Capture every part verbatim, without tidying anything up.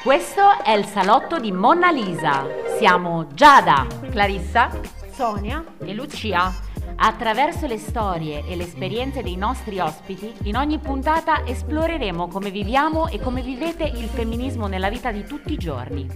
Questo è il salotto di Monna Lisa. Siamo Giada, Clarissa, Sonia e Lucia. Attraverso le storie e le esperienze dei nostri ospiti, in ogni puntata esploreremo come viviamo e come vivete il femminismo nella vita di tutti i giorni.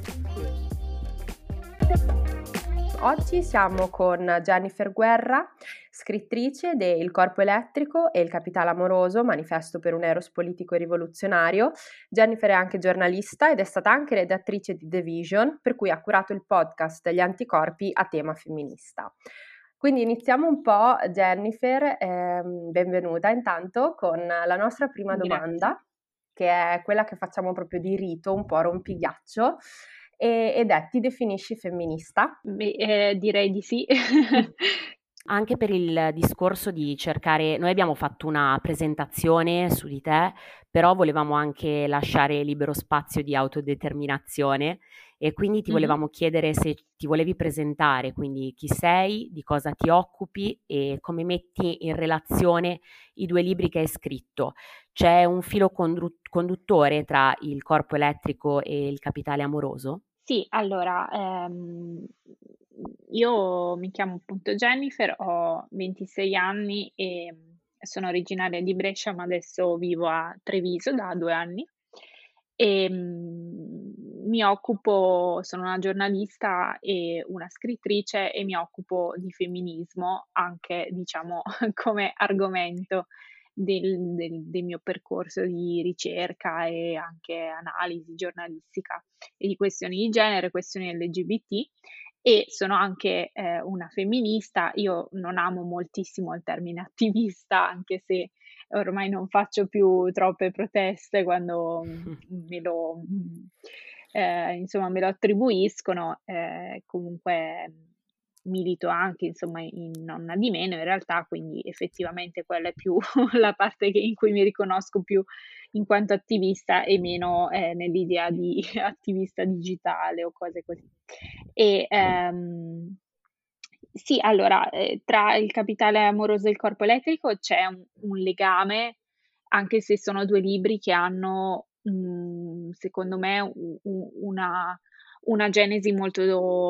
Oggi siamo con Jennifer Guerra, scrittrice de Il corpo elettrico e Il capitale amoroso, manifesto per un eros politico e rivoluzionario. Jennifer è anche giornalista ed è stata anche redattrice di The Vision, per cui ha curato il podcast Gli anticorpi a tema femminista. Quindi iniziamo un po', Jennifer, ehm, benvenuta intanto con la nostra prima domanda, Grazie. che è quella che facciamo proprio di rito, un po' rompighiaccio, e- ed è: ti definisci femminista? Beh, eh, direi di sì. Anche per il discorso di cercare, noi abbiamo fatto una presentazione su di te, però volevamo anche lasciare libero spazio di autodeterminazione e quindi ti Mhm. volevamo chiedere se ti volevi presentare, quindi chi sei, di cosa ti occupi e come metti in relazione i due libri che hai scritto. C'è un filo condru- conduttore tra Il corpo elettrico e Il capitale amoroso? Sì, allora, ehm, io mi chiamo appunto Jennifer, ho ventisei anni e sono originaria di Brescia, ma adesso vivo a Treviso da due anni. E mm, mi occupo, sono una giornalista e una scrittrice e mi occupo di femminismo anche, diciamo, come argomento del, del- del mio percorso di ricerca e anche analisi giornalistica e di questioni di genere, questioni L G B T, e sono anche eh, una femminista. Io non amo moltissimo il termine attivista, anche se ormai non faccio più troppe proteste quando mm, me lo, mm, eh, insomma, me lo attribuiscono. Eh, comunque mm, milito anche, insomma, in Nonna di Meno in realtà, quindi effettivamente quella è più la parte che- in cui mi riconosco più in quanto attivista e meno eh, nell'idea di attivista digitale o cose così. E ehm, sì, allora, eh, tra il capitale amoroso e il corpo elettrico c'è un, un legame, anche se sono due libri che hanno, mm, secondo me, u- u- una, una genesi molto,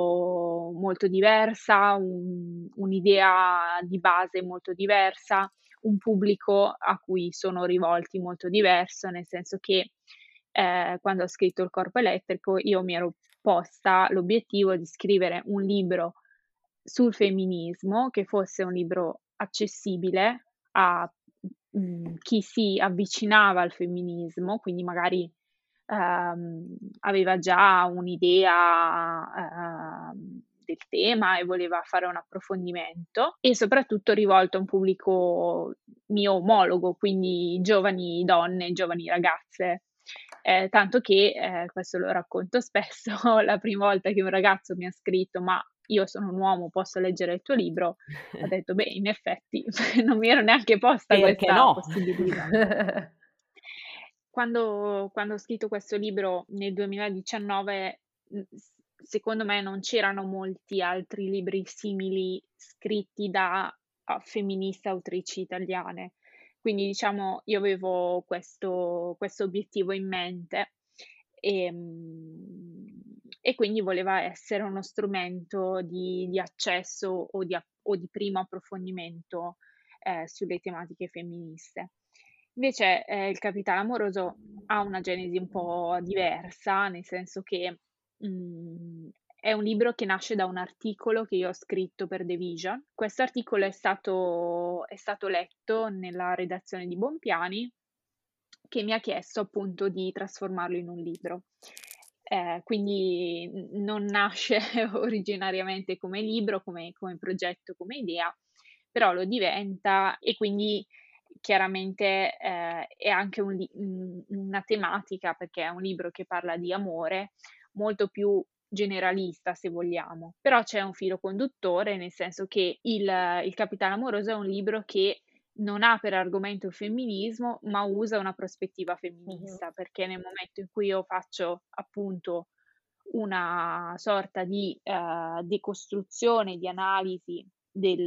molto diversa, un- un'idea di base molto diversa, un pubblico a cui sono rivolti molto diverso, nel senso che eh, quando ho scritto Il corpo elettrico io mi ero posta l'obiettivo di scrivere un libro sul femminismo che fosse un libro accessibile a mm, chi si avvicinava al femminismo, quindi magari ehm, aveva già un'idea ehm, del tema e voleva fare un approfondimento, e soprattutto rivolto a un pubblico mio omologo, quindi giovani donne, giovani ragazze. Eh, tanto che, eh, questo lo racconto spesso, la prima volta che un ragazzo mi ha scritto: ma io sono un uomo, posso leggere il tuo libro? Ho detto, beh, in effetti non mi ero neanche posta Perché questa no? possibilità. Quando, quando ho scritto questo libro nel duemiladiciannove, mh, s- secondo me non c'erano molti altri libri simili scritti da ah, femministe autrici italiane. Quindi, diciamo, io avevo questo, questo obiettivo in mente e, mm, e quindi voleva essere uno strumento di, di accesso o di, app- o di primo approfondimento eh, sulle tematiche femministe. Invece, eh, il capitale amoroso ha una genesi un po' diversa, nel senso che mm, è un libro che nasce da un articolo che io ho scritto per The Vision. Questo articolo è stato, è stato letto nella redazione di Bompiani, che mi ha chiesto appunto di trasformarlo in un libro. Eh, quindi n- non nasce originariamente come libro, come, come progetto, come idea, però lo diventa, e quindi chiaramente eh, è anche un li- un- una tematica, perché è un libro che parla di amore molto più generalista, se vogliamo. Però c'è un filo conduttore, nel senso che il, il Capitano Amoroso è un libro che non ha per argomento il femminismo, ma usa una prospettiva Mhm. femminista, perché nel momento in cui io faccio appunto una sorta di eh, decostruzione, di analisi del,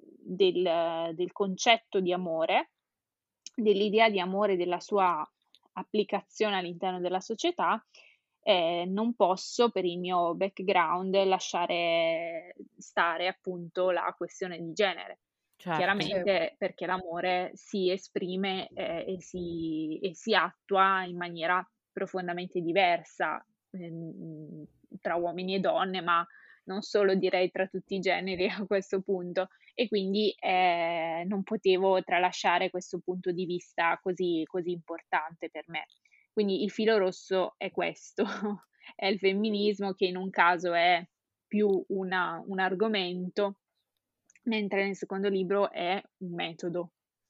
del, del concetto di amore, dell'idea di amore, della sua applicazione all'interno della società, eh, non posso, per il mio background, lasciare stare appunto la questione di genere. Certo. Sì. Chiaramente perché l'amore si esprime eh, e, si, e si attua in maniera profondamente diversa ehm, tra uomini e donne, ma non solo, direi tra tutti i generi a questo punto. E quindi eh, non potevo tralasciare questo punto di vista così, così importante per me. Quindi il filo rosso è questo, è il femminismo, che in un caso è più una- un argomento, mentre nel secondo libro è un metodo.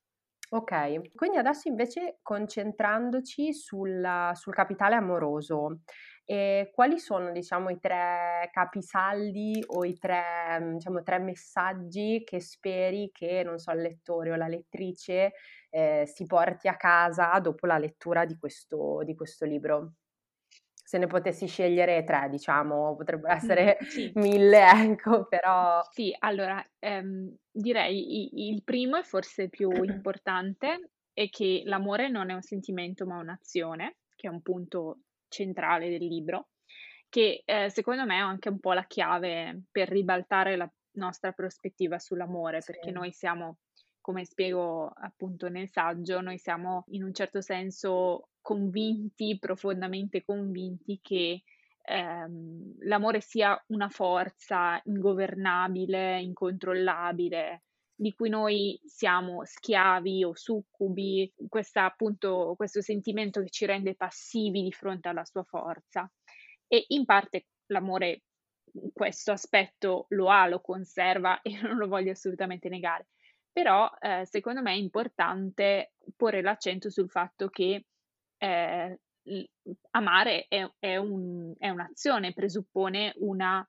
Ok, quindi adesso invece concentrandoci sul, sul capitale amoroso, eh, quali sono, diciamo, i tre capisaldi o i tre, mm, diciamo, tre messaggi che speri che, non so, il lettore o la lettrice eh, si porti a casa dopo la lettura di questo, di questo libro? Se ne potessi scegliere tre, diciamo, potrebbero Mm, essere sì. mille, ecco, però... Sì, allora, ehm, direi i il primo e forse più importante è che l'amore non è un sentimento ma un'azione, che è un punto centrale del libro, che, ehm, secondo me è anche un po' la chiave per ribaltare la nostra prospettiva sull'amore, Sì. perché noi siamo, come spiego appunto nel saggio, noi siamo in un certo senso convinti, profondamente convinti che ehm, l'amore sia una forza ingovernabile, incontrollabile, di cui noi siamo schiavi o succubi, questa, appunto, questo sentimento che ci rende passivi di fronte alla sua forza. E in parte l'amore questo aspetto lo ha, lo conserva e non lo voglio assolutamente negare. Però eh, secondo me è importante porre l'accento sul fatto che eh, l- amare è, è un- è un'azione, presuppone una,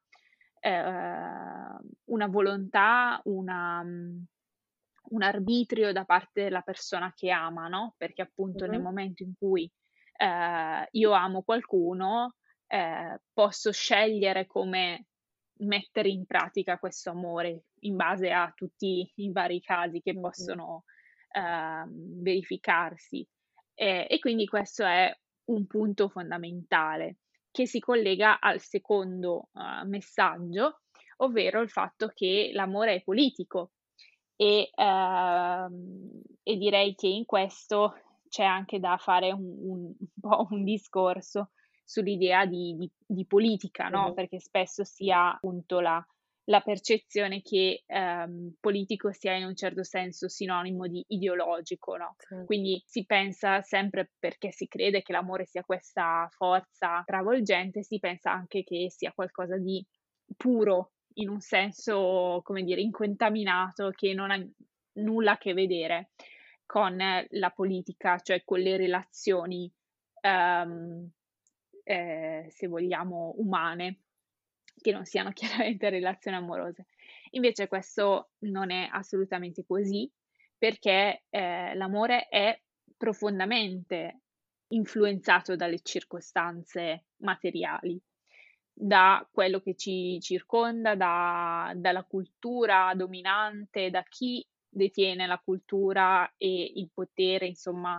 eh, una volontà, una, mm, un arbitrio da parte della persona che ama, no? Perché appunto nel Mhm. momento in cui eh, io amo qualcuno, eh, posso scegliere come mettere in pratica questo amore in base a tutti i vari casi che Mhm. possono ehm, verificarsi. Eh, e quindi questo è un punto fondamentale che si collega al secondo eh, messaggio, ovvero il fatto che l'amore è politico e, ehm, e direi che in questo c'è anche da fare un, un- un po' un discorso sull'idea di, di- di politica, no? Mhm. Perché spesso si ha appunto la, la percezione che ehm, politico sia in un certo senso sinonimo di ideologico, no? Sì. Quindi si pensa sempre, perché si crede che l'amore sia questa forza travolgente, si pensa anche che sia qualcosa di puro, in un senso, come dire, incontaminato, che non ha nulla a che vedere con la politica, cioè con le relazioni, ehm, eh, se vogliamo, umane, che non siano chiaramente relazioni amorose. Invece questo non è assolutamente così, perché eh, l'amore è profondamente influenzato dalle circostanze materiali, da quello che ci circonda, da- dalla cultura dominante, da chi detiene la cultura e il potere, insomma,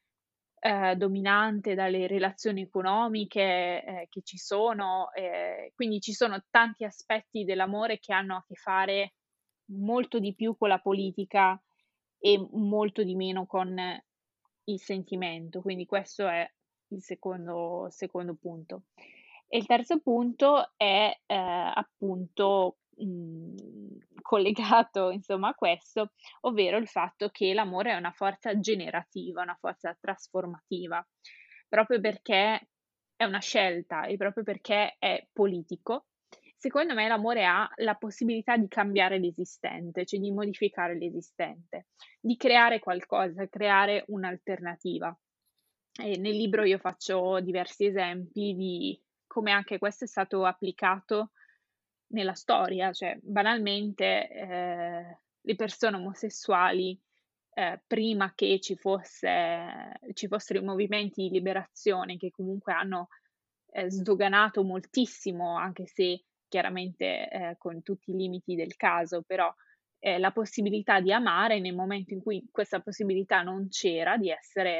eh, dominante, dalle relazioni economiche eh, che ci sono. Eh, quindi ci sono tanti aspetti dell'amore che hanno a che fare molto di più con la politica e molto di meno con il sentimento. Quindi questo è il secondo, secondo punto. E il terzo punto è eh, appunto mh, collegato insomma a questo, ovvero il fatto che l'amore è una forza generativa, una forza trasformativa, proprio perché è una scelta e proprio perché è politico. Secondo me l'amore ha la possibilità di cambiare l'esistente, cioè di modificare l'esistente, di creare qualcosa, creare un'alternativa. E nel libro io faccio diversi esempi di come anche questo è stato applicato nella storia, cioè banalmente eh, le persone omosessuali eh, prima che ci fosse, ci fossero i movimenti di liberazione che comunque hanno eh, sdoganato moltissimo, anche se chiaramente eh, con tutti i limiti del caso, però eh, la possibilità di amare nel momento in cui questa possibilità non c'era, di essere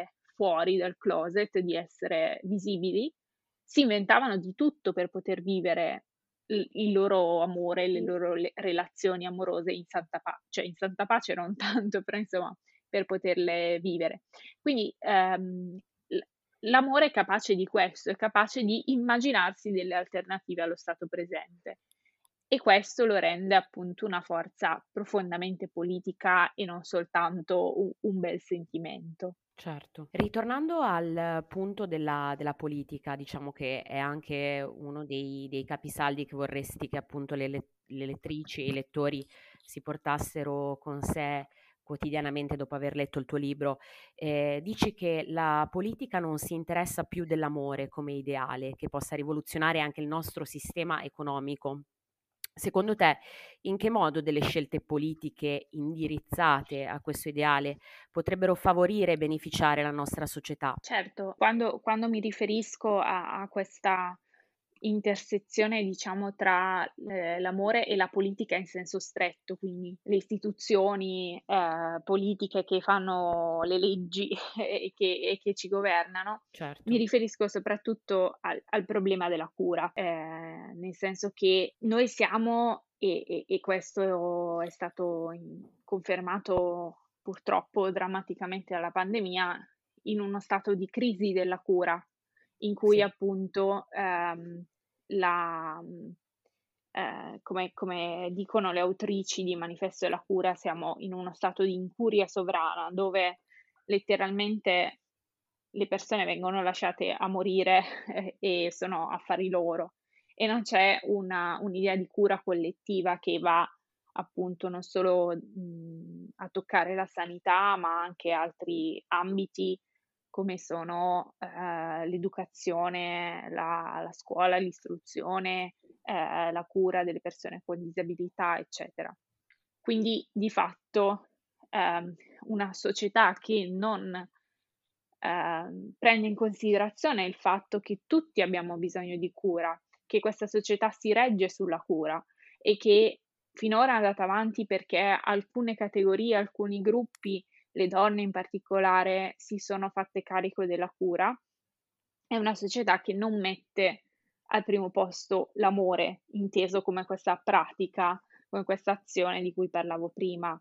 fuori dal closet, di essere visibili, si inventavano di tutto per poter vivere il il loro amore, le loro le relazioni amorose in santa pa cioè in santa pace non tanto, però insomma per poterle vivere. Quindi, ehm, l l'amore è capace di questo, è capace di immaginarsi delle alternative allo stato presente e questo lo rende appunto una forza profondamente politica e non soltanto u un bel sentimento. Certo. Ritornando al punto della della politica, diciamo che è anche uno dei dei capisaldi che vorresti che appunto le le le lettrici e i lettori si portassero con sé quotidianamente dopo aver letto il tuo libro. Ehm, dici che la politica non si interessa più dell'amore come ideale, che possa rivoluzionare anche il nostro sistema economico. Secondo te, in che modo delle scelte politiche indirizzate a questo ideale potrebbero favorire e beneficiare la nostra società? Certo, quando quando mi riferisco a a questa intersezione, diciamo, tra, ehm, l'amore e la politica in senso stretto, quindi le istituzioni, ehm, politiche che fanno le leggi e che e che ci governano, mi Certo, riferisco soprattutto al al problema della cura, ehm, nel senso che noi siamo e e e questo è stato in confermato purtroppo drammaticamente dalla pandemia, in uno stato di crisi della cura, in cui sì, appunto, ehm, la mhmm, ehm, come come dicono le autrici di Manifesto della cura, siamo in uno stato di incuria sovrana, dove letteralmente le persone vengono lasciate a morire e sono affari loro e non c'è una un'idea di cura collettiva che va appunto non solo, mhmm, a toccare la sanità, ma anche altri ambiti come sono, ehm, l'educazione, la la scuola, l'istruzione, ehm, la cura delle persone con disabilità, eccetera. Quindi di fatto, ehm, una società che non, ehm, prende in considerazione il fatto che tutti abbiamo bisogno di cura, che questa società si regge sulla cura e che finora è andata avanti perché alcune categorie, alcuni gruppi, le donne in particolare, si sono fatte carico della cura, è una società che non mette al primo posto l'amore, inteso come questa pratica, come questa azione di cui parlavo prima.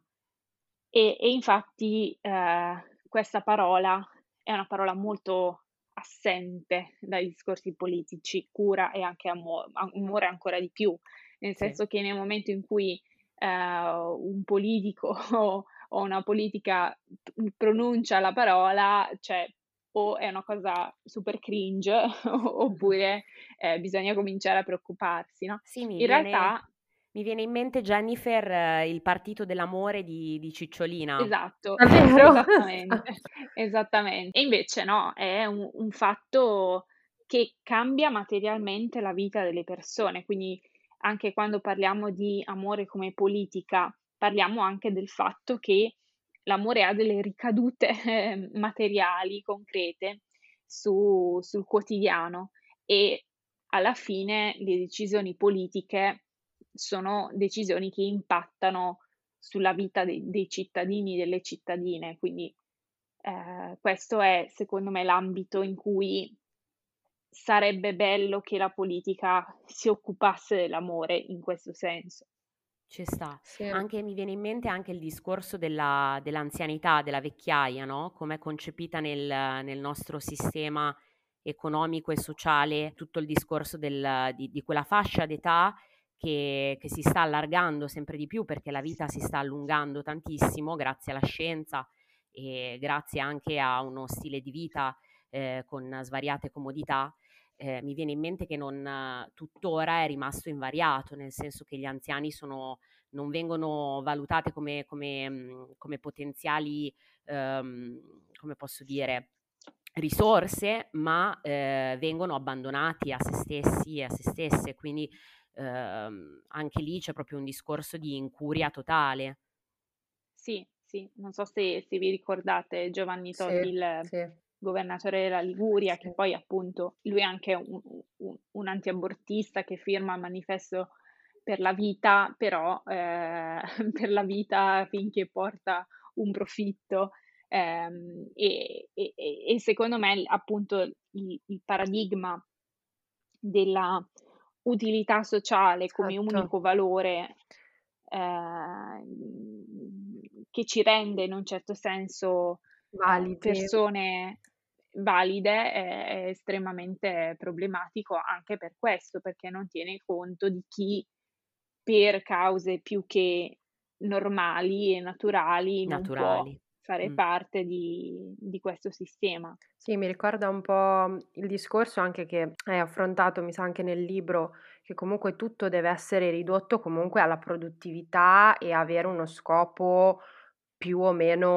E e infatti, ehm, questa parola è una parola molto assente dai discorsi politici, cura e anche amo amore ancora di più, nel sì. senso che nel momento in cui, ehm, un politico o o una politica p pronuncia la parola, cioè o è una cosa super cringe Mh-mh. oppure, ehm, bisogna cominciare a preoccuparsi, no. Sì, mi In viene realtà mi viene in mente Jennifer, eh, il partito dell'amore di di Cicciolina. esatto, Davvero? esattamente, esattamente. E invece no, è un un fatto che cambia materialmente la vita delle persone, quindi anche quando parliamo di amore come politica, parliamo anche del fatto che l'amore ha delle ricadute eh, materiali, concrete su sul quotidiano e alla fine le decisioni politiche sono decisioni che impattano sulla vita dei dei cittadini, delle cittadine. Quindi, ehm, questo è secondo me l'ambito in cui sarebbe bello che la politica si occupasse dell'amore in questo senso. Ci sta. Sì, Anche mi viene in mente anche il discorso della dell'anzianità, della vecchiaia, no, com'è concepita nel nel nostro sistema economico e sociale, tutto il discorso del di di quella fascia d'età che che si sta allargando sempre di più, perché la vita si sta allungando tantissimo grazie alla scienza e grazie anche a uno stile di vita, ehm, con svariate comodità. Ehm, mi viene in mente che non eh, tuttora è rimasto invariato, nel senso che gli anziani sono non vengono valutate come come mhmm, come potenziali, uhm, come posso dire, risorse, ma, ehm, vengono abbandonati a se stessi e a se stesse. Quindi, uhm, anche lì c'è proprio un discorso di incuria totale. Sì, sì, non so se se vi ricordate Giovanni sì, Toti, il sì, governatore della Liguria, che sì. poi appunto lui è anche un un un antiabortista che firma il manifesto per la vita, però, ehm, per la vita finché porta un profitto. Ehm, e, e- e- e secondo me appunto il, il paradigma della utilità sociale come Certo, unico valore ehm, che ci rende in un certo senso eh, validi. persone valide è, è estremamente problematico anche per questo, perché non tiene conto di chi per cause più che normali e naturali non può Naturali. fare Mh. parte di, di questo sistema. Sì, mi ricorda un po' il discorso anche che hai affrontato, mi sa anche nel libro, che comunque tutto deve essere ridotto comunque alla produttività e avere uno scopo più o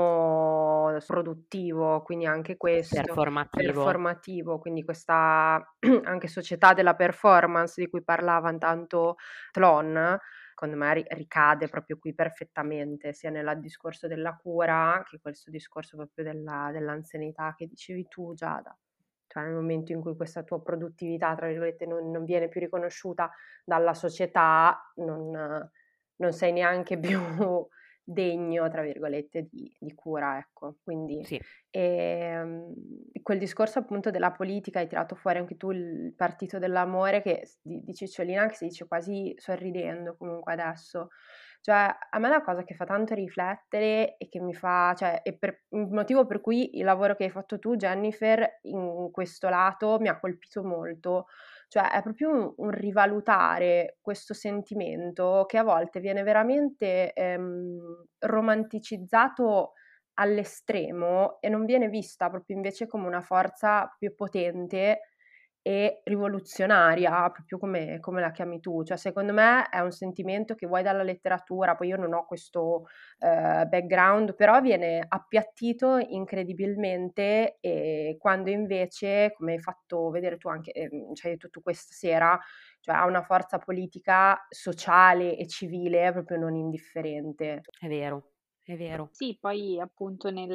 meno produttivo, quindi anche questo, Performativo. performativo, quindi questa anche società della performance di cui parlava tanto Tlon, secondo me ri ricade proprio qui perfettamente, sia nella discorso della cura, che questo discorso proprio della dell'anzianità che dicevi tu Giada. Cioè nel momento in cui questa tua "produttività" tra virgolette non non viene più riconosciuta dalla società, non non sei neanche più "degno" tra virgolette di di cura, ecco. Quindi, Sì, ehm, quel discorso appunto della politica, hai tirato fuori anche tu il partito dell'amore che s di di Cicciolina che si dice quasi sorridendo comunque adesso. Cioè, a me la cosa che fa tanto riflettere e che mi fa cioè, e per il motivo per cui il lavoro che hai fatto tu, Jennifer, in questo lato mi ha colpito molto, cioè è proprio un un rivalutare questo sentimento che a volte viene veramente, ehm, romanticizzato all'estremo e non viene vista proprio invece come una forza più potente e rivoluzionaria, proprio come come la chiami tu. Cioè, secondo me è un sentimento che vuoi dalla letteratura, poi io non ho questo, ehm, background, però viene appiattito incredibilmente, ehm, quando invece, come hai fatto vedere tu anche ehm, ci hai detto tu questa sera, cioè ha una forza politica, sociale e civile proprio non indifferente. è vero, è vero. Sì, poi appunto nel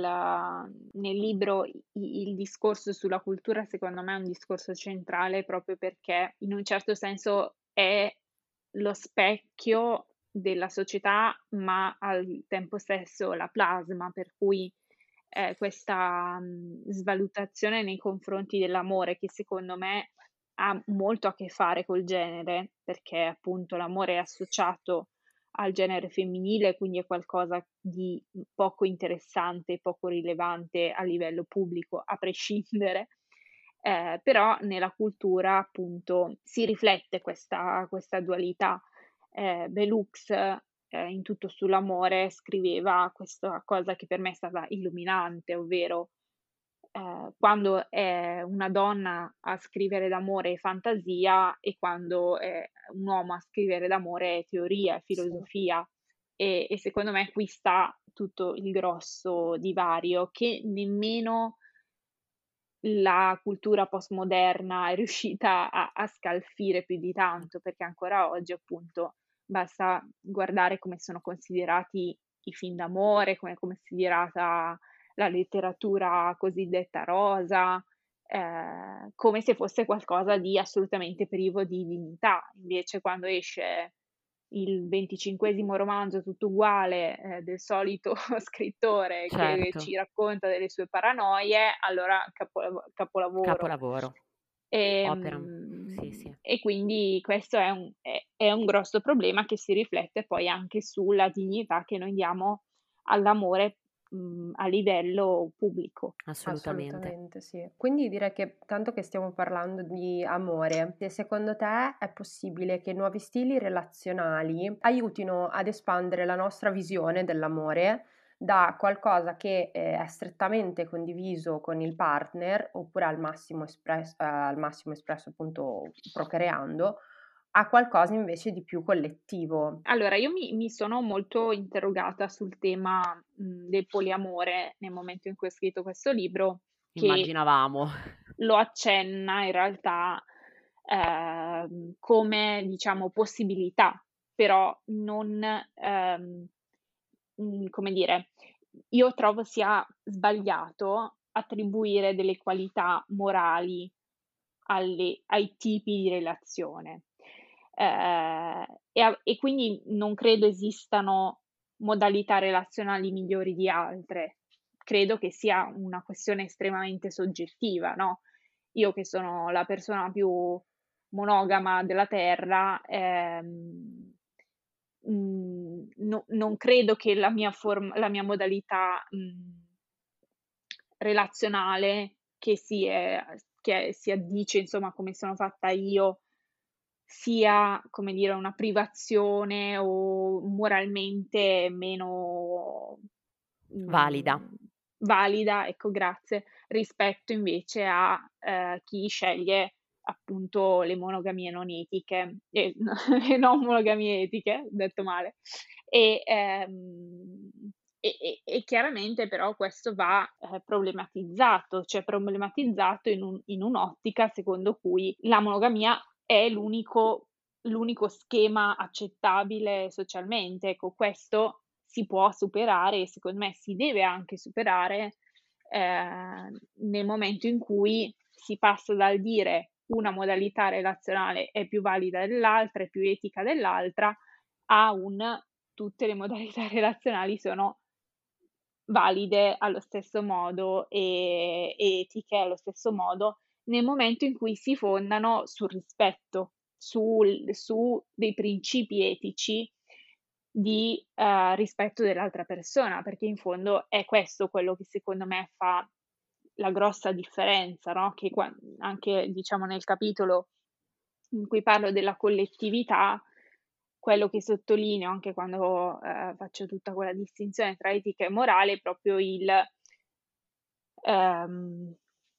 nel libro i il discorso sulla cultura secondo me è un discorso centrale proprio perché in un certo senso è lo specchio della società, ma al tempo stesso la plasma, per cui, ehm, questa, mhmm, svalutazione nei confronti dell'amore che secondo me ha molto a che fare col genere, perché appunto l'amore è associato al genere femminile, quindi è qualcosa di, mhmm, poco interessante, poco rilevante a livello pubblico, a prescindere. Ehm, però nella cultura appunto si riflette questa questa dualità. Ehm, Bellux, ehm, in Tutto sull'amore scriveva questa cosa che per me è stata illuminante, ovvero ehm, quando è una donna a scrivere d'amore e fantasia e quando è un uomo a scrivere d'amore è teoria, è Sì. filosofia. E e secondo me qui sta tutto il grosso divario che nemmeno la cultura postmoderna è riuscita a a scalfire più di tanto, perché ancora oggi appunto basta guardare come sono considerati i film d'amore, come è considerata la letteratura cosiddetta rosa, ehm, come se fosse qualcosa di assolutamente privo di dignità. Invece quando esce il venticinquesimo romanzo tutto uguale, ehm, del solito scrittore che Certo, ci racconta delle sue paranoie, allora capolavo capolavoro. capolavoro. Opera sì, Ehm, sì. e quindi questo è un è è un grosso problema che si riflette poi anche sulla dignità che noi diamo all'amore, mhmm, a livello pubblico. Assolutamente. Assolutamente sì. Quindi direi che tanto che stiamo parlando di amore, e secondo te è possibile che nuovi stili relazionali aiutino ad espandere la nostra visione dell'amore da qualcosa che eh, è strettamente condiviso con il partner oppure al massimo espresso, al massimo espresso appunto procreando, a qualcosa invece di più collettivo? Allora, io mi mi sono molto interrogata sul tema, mhmm, del poliamore nel momento in cui ho scritto questo libro, che Immaginavamo. lo accenna in realtà, ehm, come diciamo possibilità, però non, ehm, mhmm, come dire, io trovo sia sbagliato attribuire delle qualità morali alle ai tipi di relazione. Ehm, e a e quindi non credo esistano modalità relazionali migliori di altre. credo che sia una questione estremamente soggettiva, no? Io che sono la persona più monogama della Terra, ehm, mh, no- non credo che la mia, form- la mia modalità mh, relazionale che si, è- che si addice, insomma, come sono fatta io, sia, come dire, una privazione o moralmente meno Valida. mh, valida, ecco, grazie, rispetto invece a eh, chi sceglie appunto le monogamie non etiche, eh, le non monogamie etiche, detto male. E, ehm, e, e- e chiaramente però questo va eh, problematizzato, cioè problematizzato in, un- in un'ottica secondo cui la monogamia è l'unico, l'unico schema accettabile socialmente. Ecco, questo si può superare e secondo me si deve anche superare eh, nel momento in cui si passa dal dire una modalità relazionale è più valida dell'altra, è più etica dell'altra, a un tutte le modalità relazionali sono valide allo stesso modo e, e etiche allo stesso modo nel momento in cui si fondano sul rispetto, sul, su dei principi etici di eh, rispetto dell'altra persona, perché in fondo è questo quello che secondo me fa la grossa differenza, no? Che qua- anche diciamo nel capitolo in cui parlo della collettività, quello che sottolineo anche quando eh, faccio tutta quella distinzione tra etica e morale è proprio il, ehm,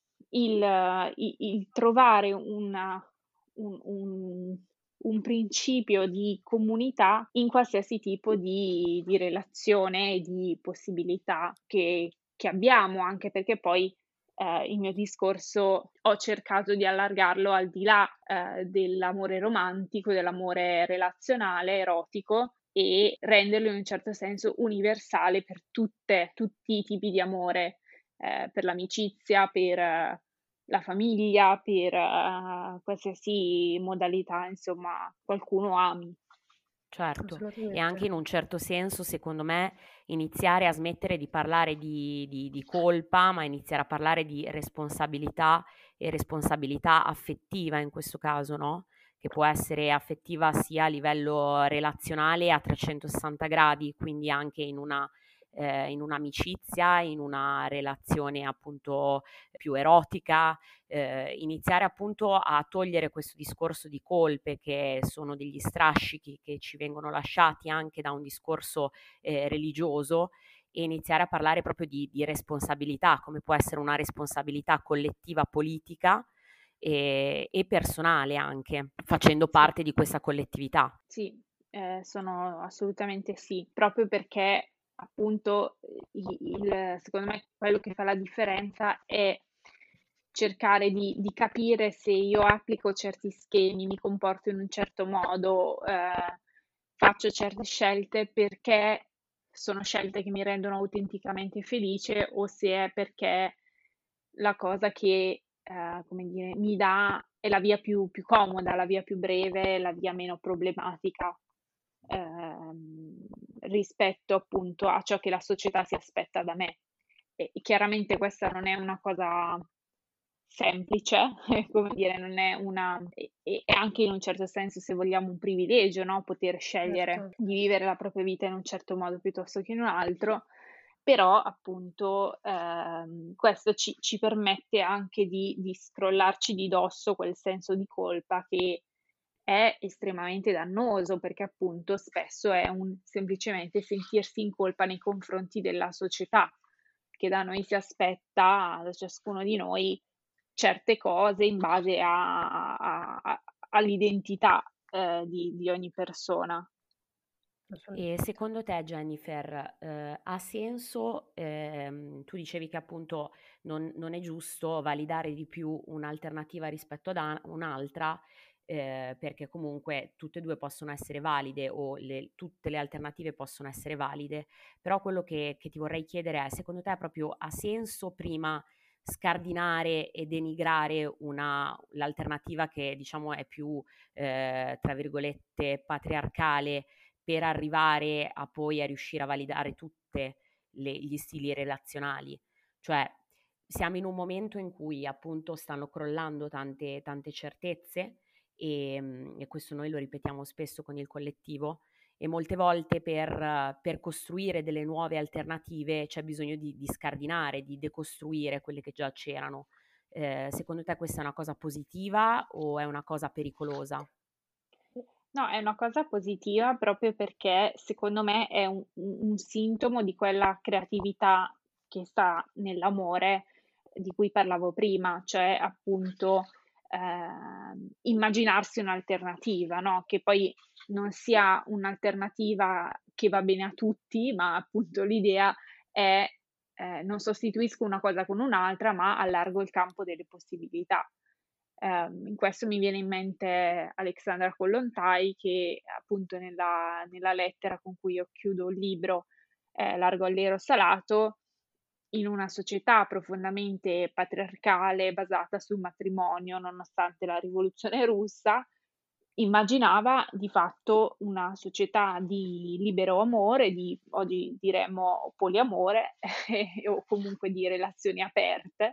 il, il- il trovare una, un, un- un principio di comunità in qualsiasi tipo di, di relazione e di possibilità che, che abbiamo, anche perché poi eh, il mio discorso ho cercato di allargarlo al di là eh, dell'amore romantico, dell'amore relazionale, erotico, e renderlo in un certo senso universale per tutte, tutti i tipi di amore, eh, per l'amicizia, per eh, la famiglia, per eh, qualsiasi modalità, insomma, qualcuno ami. Certo, e anche Assolutamente. in un certo senso, secondo me, iniziare a smettere di parlare di, di- di colpa, ma iniziare a parlare di responsabilità e responsabilità affettiva in questo caso, no? Che può essere affettiva sia a livello relazionale a trecentosessanta gradi, quindi anche in una, eh, in un'amicizia, in una relazione appunto più erotica, eh, iniziare appunto a togliere questo discorso di colpe che sono degli strascichi che ci vengono lasciati anche da un discorso eh, religioso e iniziare a parlare proprio di, di responsabilità, come può essere una responsabilità collettiva politica e, e personale anche, facendo Sì. parte di questa collettività. Sì, eh, sono assolutamente sì, proprio perché appunto il, il- secondo me quello che fa la differenza è cercare di, di capire se io applico certi schemi, mi comporto in un certo modo, eh, faccio certe scelte perché sono scelte che mi rendono autenticamente felice o se è perché la cosa che, eh, come dire, mi dà è la via più, più comoda, la via più breve, la via meno problematica ehm, rispetto appunto a ciò che la società si aspetta da me. E chiaramente questa non è una cosa semplice, come dire, non è una, e e anche in un certo senso, se vogliamo, un privilegio, no? Poter scegliere Certo. di vivere la propria vita in un certo modo piuttosto che in un altro, però appunto ehm, questo ci, ci permette anche di, di scrollarci di dosso quel senso di colpa che è estremamente dannoso perché appunto spesso è un semplicemente sentirsi in colpa nei confronti della società che da noi si aspetta, da ciascuno di noi, certe cose in base a- a- a- all'identità eh, di, di ogni persona. E Assolutamente. secondo te, Jennifer, eh, ha senso, ehm, tu dicevi che appunto non, non è giusto validare di più un'alternativa rispetto ad a- un'altra, eh, perché comunque tutte e due possono essere valide o le- tutte le alternative possono essere valide, però quello che, che ti vorrei chiedere è, secondo te proprio ha senso prima scardinare e denigrare una, l'alternativa che diciamo è più, eh, tra virgolette, patriarcale, per arrivare a poi a riuscire a validare tutte le, gli stili relazionali. Cioè siamo in un momento in cui appunto stanno crollando tante, tante certezze e, e questo noi lo ripetiamo spesso con il collettivo, e molte volte per, per costruire delle nuove alternative c'è bisogno di, di scardinare, di decostruire quelle che già c'erano. Eh, secondo te questa è una cosa positiva o è una cosa pericolosa? No, è una cosa positiva proprio perché secondo me è un, un- un sintomo di quella creatività che sta nell'amore di cui parlavo prima, cioè appunto ehm, immaginarsi un'alternativa, no? Che poi non sia un'alternativa che va bene a tutti, ma appunto l'idea è eh, non sostituisco una cosa con un'altra, ma allargo il campo delle possibilità. Ehm, in questo mi viene in mente Alexandra Kollontai che appunto nella, nella lettera con cui io chiudo il libro, eh, Largo all'ero salato, in una società profondamente patriarcale basata sul matrimonio, nonostante la rivoluzione russa, immaginava di fatto una società di libero amore, di, oggi diremmo poliamore, o comunque di relazioni aperte,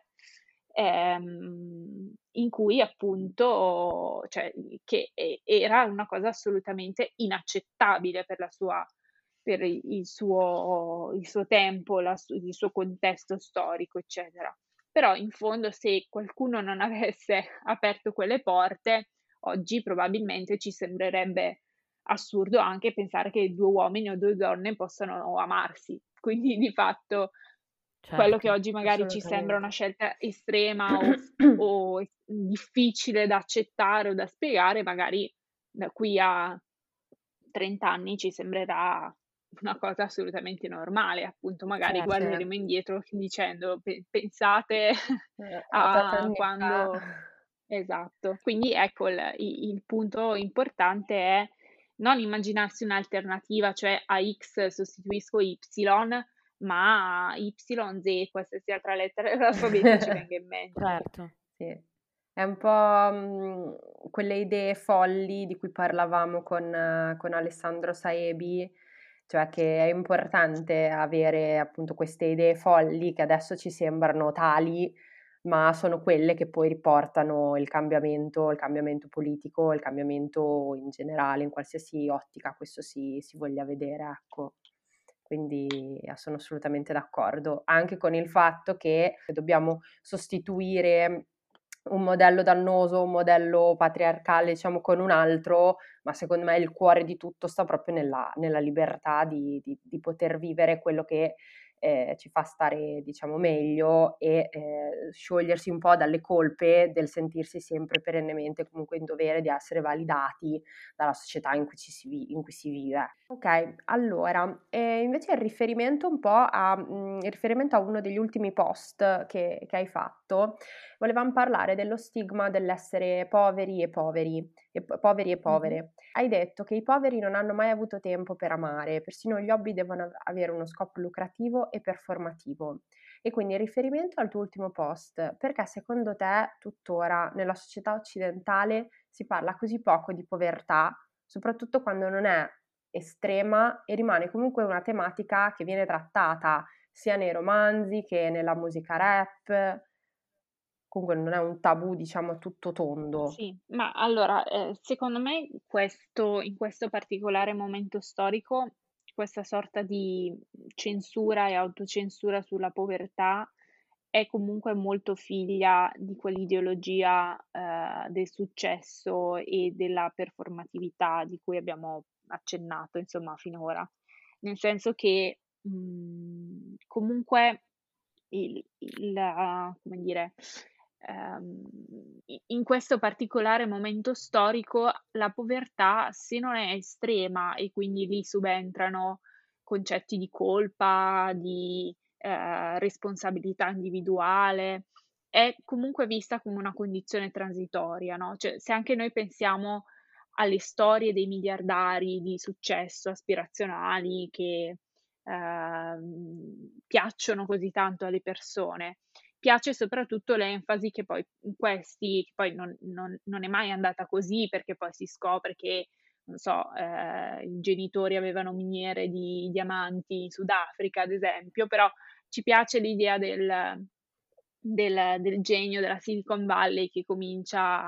ehm, in cui appunto, cioè, che e- era una cosa assolutamente inaccettabile per la sua, per il suo, il suo tempo, la su- il suo contesto storico, eccetera. Però in fondo se qualcuno non avesse aperto quelle porte, oggi probabilmente ci sembrerebbe assurdo anche pensare che due uomini o due donne possano amarsi. Quindi di fatto quello che Certo. oggi magari ci sembra una Assolutamente. scelta estrema o, o es- difficile da accettare o da spiegare, magari da qui a trenta anni ci sembrerà una cosa assolutamente normale. Appunto, magari Certo. Sì. guarderemo indietro dicendo "Pe- pensate Eh, a tanti a anni fa. quando." Esatto. Quindi ecco, il, i- il punto importante è non immaginarsi un'alternativa, cioè a X sostituisco Y, ma Y, Z, qualsiasi altra lettera dell'alfabeto ci venga in mente. Certo. Sì. È un po', mhmm, quelle idee folli di cui parlavamo con eh, con Alessandro Saebi, cioè che è importante avere appunto queste idee folli che adesso ci sembrano tali, ma sono quelle che poi riportano il cambiamento il cambiamento politico, il cambiamento in generale, in qualsiasi ottica questo si si voglia vedere, ecco. Quindi eh, sono assolutamente d'accordo, anche con il fatto che dobbiamo sostituire un modello dannoso, un modello patriarcale, diciamo, con un altro, ma secondo me il cuore di tutto sta proprio nella, nella libertà di, di, di poter vivere quello che eh, ci fa stare, diciamo, meglio e eh, sciogliersi un po' dalle colpe del sentirsi sempre perennemente comunque in dovere di essere validati dalla società in cui, ci si, vi- in cui si vive. Ok, allora, eh, invece il riferimento un po' a, mh, il riferimento a uno degli ultimi post che, che hai fatto, volevamo parlare dello stigma dell'essere poveri e poveri, e po- poveri e Mhm. povere. Hai detto che i poveri non hanno mai avuto tempo per amare, persino gli hobby devono av- avere uno scopo lucrativo e performativo. E quindi in riferimento al tuo ultimo post, perché secondo te tuttora nella società occidentale si parla così poco di povertà, soprattutto quando non è estrema e rimane comunque una tematica che viene trattata sia nei romanzi che nella musica rap, comunque non è un tabù, diciamo, a tutto tondo. Sì, ma allora, eh, secondo me questo, in questo particolare momento storico, questa sorta di censura e autocensura sulla povertà è comunque molto figlia di quell'ideologia, eh, del successo e della performatività di cui abbiamo accennato, insomma, finora. Nel senso che, mh, comunque il, il, ah, come dire, ehm, i- in questo particolare momento storico la povertà, se non è estrema e quindi lì subentrano concetti di colpa, di eh, responsabilità individuale, è comunque vista come una condizione transitoria, no? Cioè, se anche noi pensiamo alle storie dei miliardari di successo aspirazionali che ehm, piacciono così tanto alle persone. Piace soprattutto l'enfasi che poi in questi, che poi non, non- non è mai andata così perché poi si scopre che non so, eh, i genitori avevano miniere di diamanti in Sudafrica, ad esempio, però ci piace l'idea del, del, del genio della Silicon Valley che comincia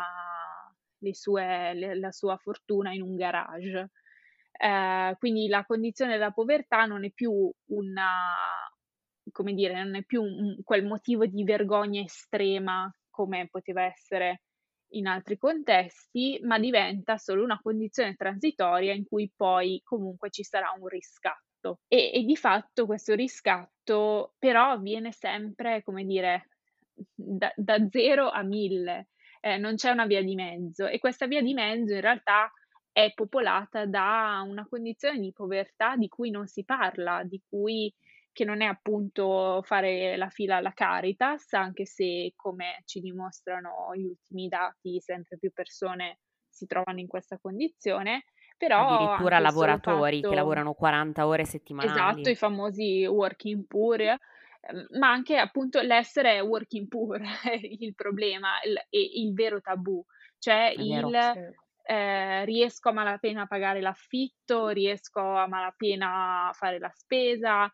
le sue, le- la sua fortuna in un garage. Eh, quindi la condizione della povertà non è più una, come dire, non è più un- quel motivo di vergogna estrema come poteva essere in altri contesti, ma diventa solo una condizione transitoria in cui poi comunque ci sarà un riscatto. E, e di fatto questo riscatto però avviene sempre, come dire, da, da zero a mille, eh, non c'è una via di mezzo e questa via di mezzo in realtà è popolata da una condizione di povertà di cui non si parla, di cui che non è appunto fare la fila alla Caritas, anche se come ci dimostrano gli ultimi dati, sempre più persone si trovano in questa condizione, però Addirittura anche il solo lavoratori che fatto, lavorano quaranta ore esatto, settimanali. i famosi working poor, ehm, ma anche appunto l'essere working poor è il problema, il e il vero tabù, cioè È il, vero. Sì. ehm, riesco a malapena a pagare l'affitto, riesco a malapena a fare la spesa,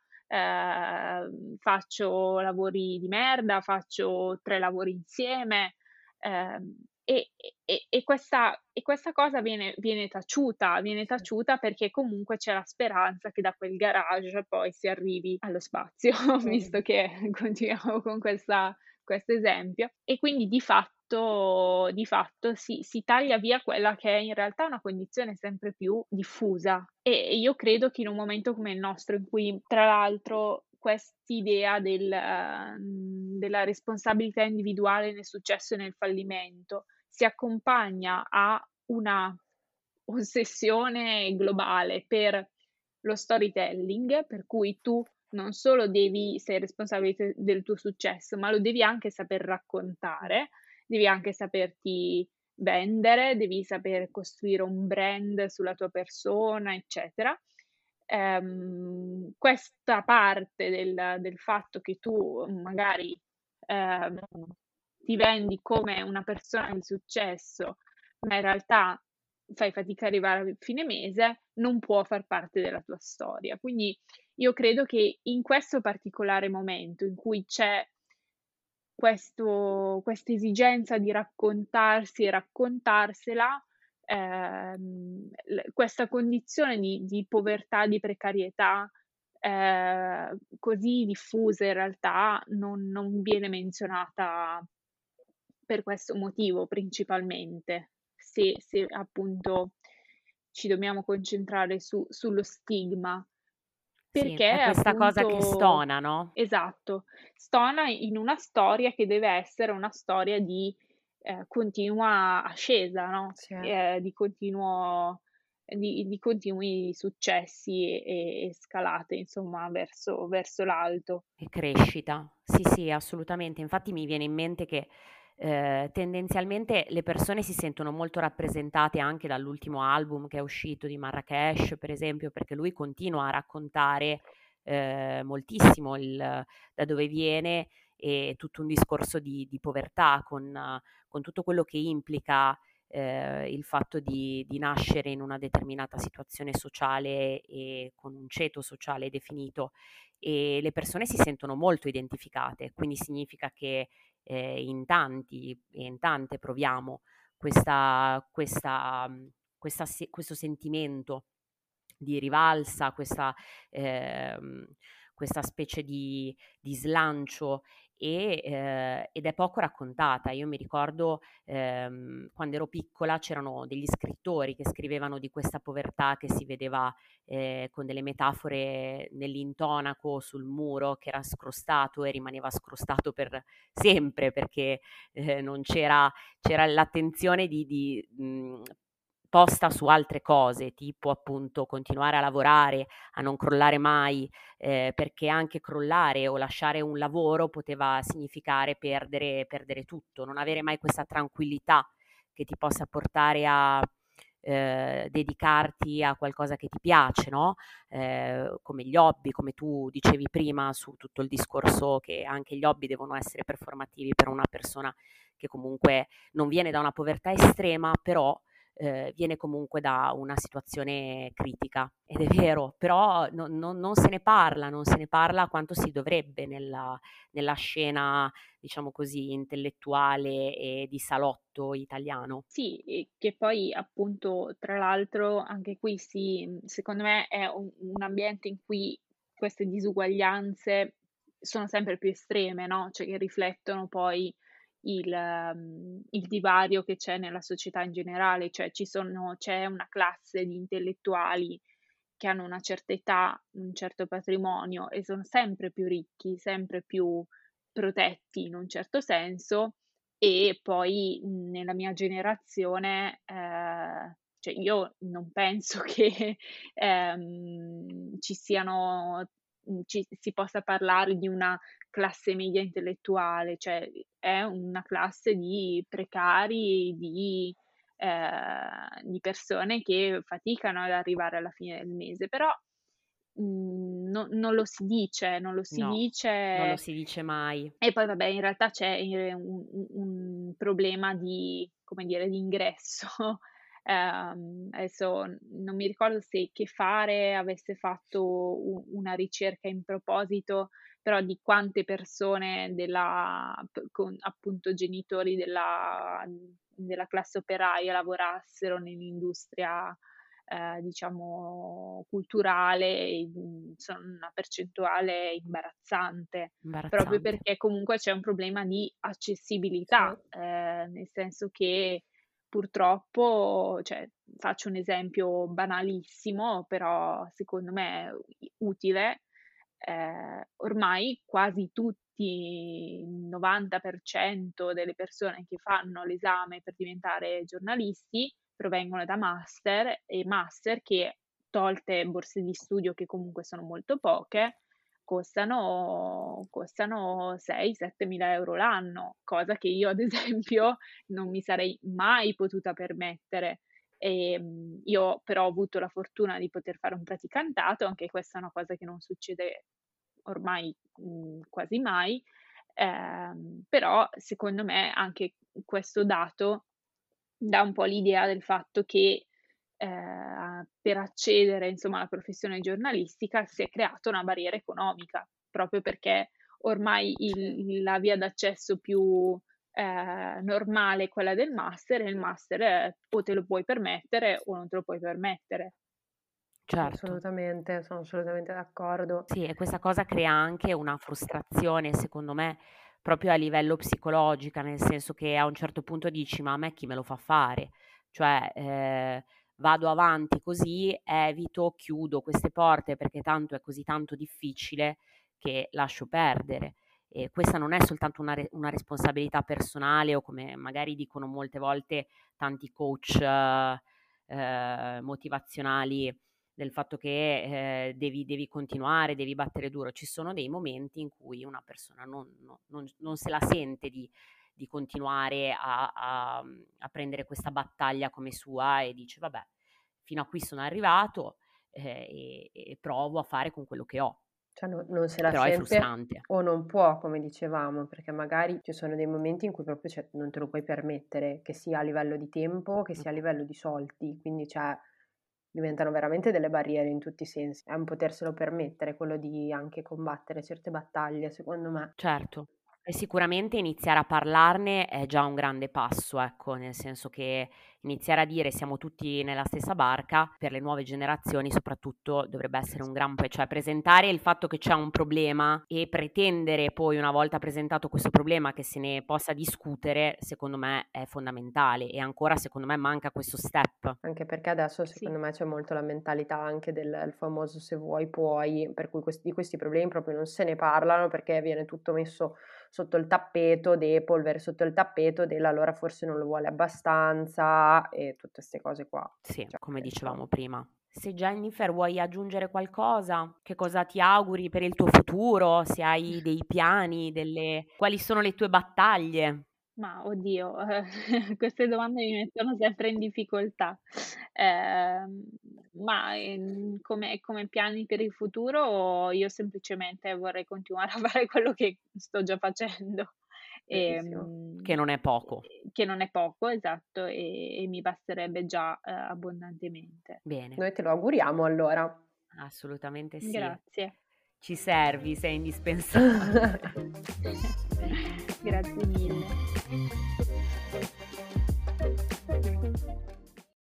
ehm, faccio lavori di merda, faccio tre lavori insieme, ehm, e e e questa e questa cosa viene viene taciuta, viene Sì. taciuta perché comunque c'è la speranza che da quel garage poi si arrivi allo spazio, visto Mh. che continuiamo con questa questo esempio. E quindi di fatto di fatto si si taglia via quella che è in realtà una condizione sempre più diffusa. E e io credo che in un momento come il nostro, in cui tra l'altro quest'idea del mhmm, della responsabilità individuale nel successo e nel fallimento si accompagna a una ossessione globale per lo storytelling, per cui tu non solo devi sei responsabile te del tuo successo, ma lo devi anche saper Mh. raccontare, devi anche saperti vendere, devi saper costruire un brand sulla tua persona, eccetera. Ehm, questa parte del del fatto che tu magari, ehm, ti vendi come una persona di successo, ma in realtà fai fatica ad arrivare a fine mese, non può far parte della tua storia. Quindi io credo che in questo particolare momento in cui c'è questo questa esigenza di raccontarsi e raccontarsela, ehm, l questa condizione di di povertà, di precarietà, ehm, così diffusa in realtà non non viene menzionata per questo motivo principalmente. Se se appunto ci dobbiamo concentrare su sullo stigma, Sì, perché è questa cosa che appunto stona, no? esatto, stona in una storia che deve essere una storia di, ehm, continua ascesa, no, Sì. ehm, di continuo di di continui successi e e scalate insomma verso verso l'alto. E crescita. Sì, sì, assolutamente. Infatti mi viene in mente che, ehm, tendenzialmente le persone si sentono molto rappresentate anche dall'ultimo album che è uscito di Marracash, per esempio, perché lui continua a raccontare, ehm, moltissimo il da dove viene e tutto un discorso di di povertà con eh, con tutto quello che implica, ehm, il fatto di di nascere in una determinata situazione sociale e con un ceto sociale definito e le persone si sentono molto identificate, quindi significa che eh, in tanti e in tante proviamo questa, questa, mh, questa se- questo sentimento di rivalsa, questa, ehm, questa specie di, di slancio e, eh, ed è poco raccontata. Io mi ricordo ehm, quando ero piccola c'erano degli scrittori che scrivevano di questa povertà che si vedeva eh, con delle metafore nell'intonaco sul muro che era scrostato e rimaneva scrostato per sempre perché eh, non c'era, c'era l'attenzione di, di mh, posta su altre cose, tipo appunto continuare a lavorare, a non crollare mai, eh, perché anche crollare o lasciare un lavoro poteva significare perdere, perdere tutto, non avere mai questa tranquillità che ti possa portare a eh, dedicarti a qualcosa che ti piace, no? Eh, come gli hobby, come tu dicevi prima su tutto il discorso che anche gli hobby devono essere performativi per una persona che comunque non viene da una povertà estrema, però eh, viene comunque da una situazione critica, ed è vero, però no- no- non se ne parla, non se ne parla quanto si dovrebbe nella, nella scena, diciamo così, intellettuale e di salotto italiano. Sì, e che poi appunto tra l'altro anche qui si mhmm, secondo me è un un ambiente in cui queste disuguaglianze sono sempre più estreme, no, cioè che riflettono poi il mhmm, il divario che c'è nella società in generale, cioè ci sono c'è una classe di intellettuali che hanno una certa età, un certo patrimonio e sono sempre più ricchi, sempre più protetti in un certo senso, e poi, mhmm, nella mia generazione, ehm, cioè io non penso che, ehm, ci siano mhmm, ci si possa parlare di una classe media intellettuale, cioè è una classe di precari, di ehm, di persone che faticano ad arrivare alla fine del mese, però, mhmm, no non lo si dice, non lo si No, non lo dice. si dice mai. E poi vabbè, in realtà c'è, ehm, un un un problema di, come dire, di ingresso. Ehm, adesso n non mi ricordo se Che Fare avesse fatto u una ricerca in proposito, però di quante persone della p con appunto genitori della mhmm, della classe operaia lavorassero nell'industria, ehm, diciamo culturale, e, mhmm, sono una percentuale imbarazzante. Proprio Imbarazzante. perché comunque c'è un problema di Sì. accessibilità, ehm, nel senso che purtroppo, cioè, faccio un esempio banalissimo, però secondo me u utile, ehm, ormai quasi tutti, il novanta per cento delle persone che fanno l'esame per diventare giornalisti provengono da master, e master che, tolte borse di studio che comunque sono molto poche, costano costano sei, sette mila euro l'anno, cosa che io ad esempio non mi sarei mai potuta permettere. Ehm, io però ho avuto la fortuna di poter fare un praticantato, anche questa è una cosa che non succede ormai, mhmm, quasi mai, ehm, però secondo me anche questo dato dà un po' l'idea del fatto che, ehm, per accedere insomma alla professione giornalistica si è creata una barriera economica, proprio perché ormai Sì. il la via d'accesso più, ehm, normale è quella del master, e il master eh, o te lo puoi permettere o non te lo puoi permettere. Certo. Assolutamente, sono assolutamente d'accordo. Sì, e questa cosa crea anche una frustrazione, secondo me, proprio a livello psicologica, nel senso che a un certo punto dici: "Ma a me chi me lo fa fare?" Cioè, ehm, vado avanti così, evito, chiudo queste porte perché tanto è così tanto difficile che lascio perdere. E questa non è soltanto una re una responsabilità personale o come magari dicono molte volte tanti coach, ehm, motivazionali, del fatto che, ehm, devi devi continuare, devi battere duro. Ci sono dei momenti in cui una persona non no non non se la sente di di continuare a a mhmm, a prendere questa battaglia come sua e dice: "Vabbè, fino a qui sono arrivato, ehm, e e provo a fare con quello che ho." Cioè no non se la Però è sente frustrante. o non può, come dicevamo, perché magari ci sono dei momenti in cui proprio cioè non te lo puoi permettere, che sia a livello di tempo, che sia a livello di soldi, quindi cioè diventano veramente delle barriere in tutti i sensi. È un poterselo permettere quello di anche combattere certe battaglie, secondo me. Certo, e sicuramente iniziare a parlarne è già un grande passo, ecco, nel senso che iniziare a dire siamo tutti nella stessa barca, per le nuove generazioni soprattutto dovrebbe essere un gran pe cioè presentare il fatto che c'è un problema e pretendere poi, una volta presentato questo problema, che se ne possa discutere, secondo me è fondamentale e ancora secondo me manca questo step. Anche perché adesso Sì. secondo me c'è molto la mentalità anche del il famoso "se vuoi puoi", per cui questi di questi problemi proprio non se ne parlano perché viene tutto messo sotto il tappeto, de polvere sotto il tappeto del allora forse non lo vuole abbastanza e tutte 'ste cose qua. Sì, Cioè, come insomma. dicevamo prima. Se Jennifer vuoi aggiungere qualcosa, che cosa ti auguri per il tuo futuro, se hai dei piani, delle quali sono le tue battaglie? Ma oddio, eh, queste domande mi mettono sempre in difficoltà. Ehm, ma, ehm, come come piani per il futuro io semplicemente vorrei continuare a fare quello che sto già facendo, E, Benissimo. Che non è poco. che non è poco, esatto, e, e mi basterebbe già eh, abbondantemente. Bene, Noi te lo auguriamo allora. assolutamente sì. Grazie. Ci servi, sei indispensabile. Grazie mille.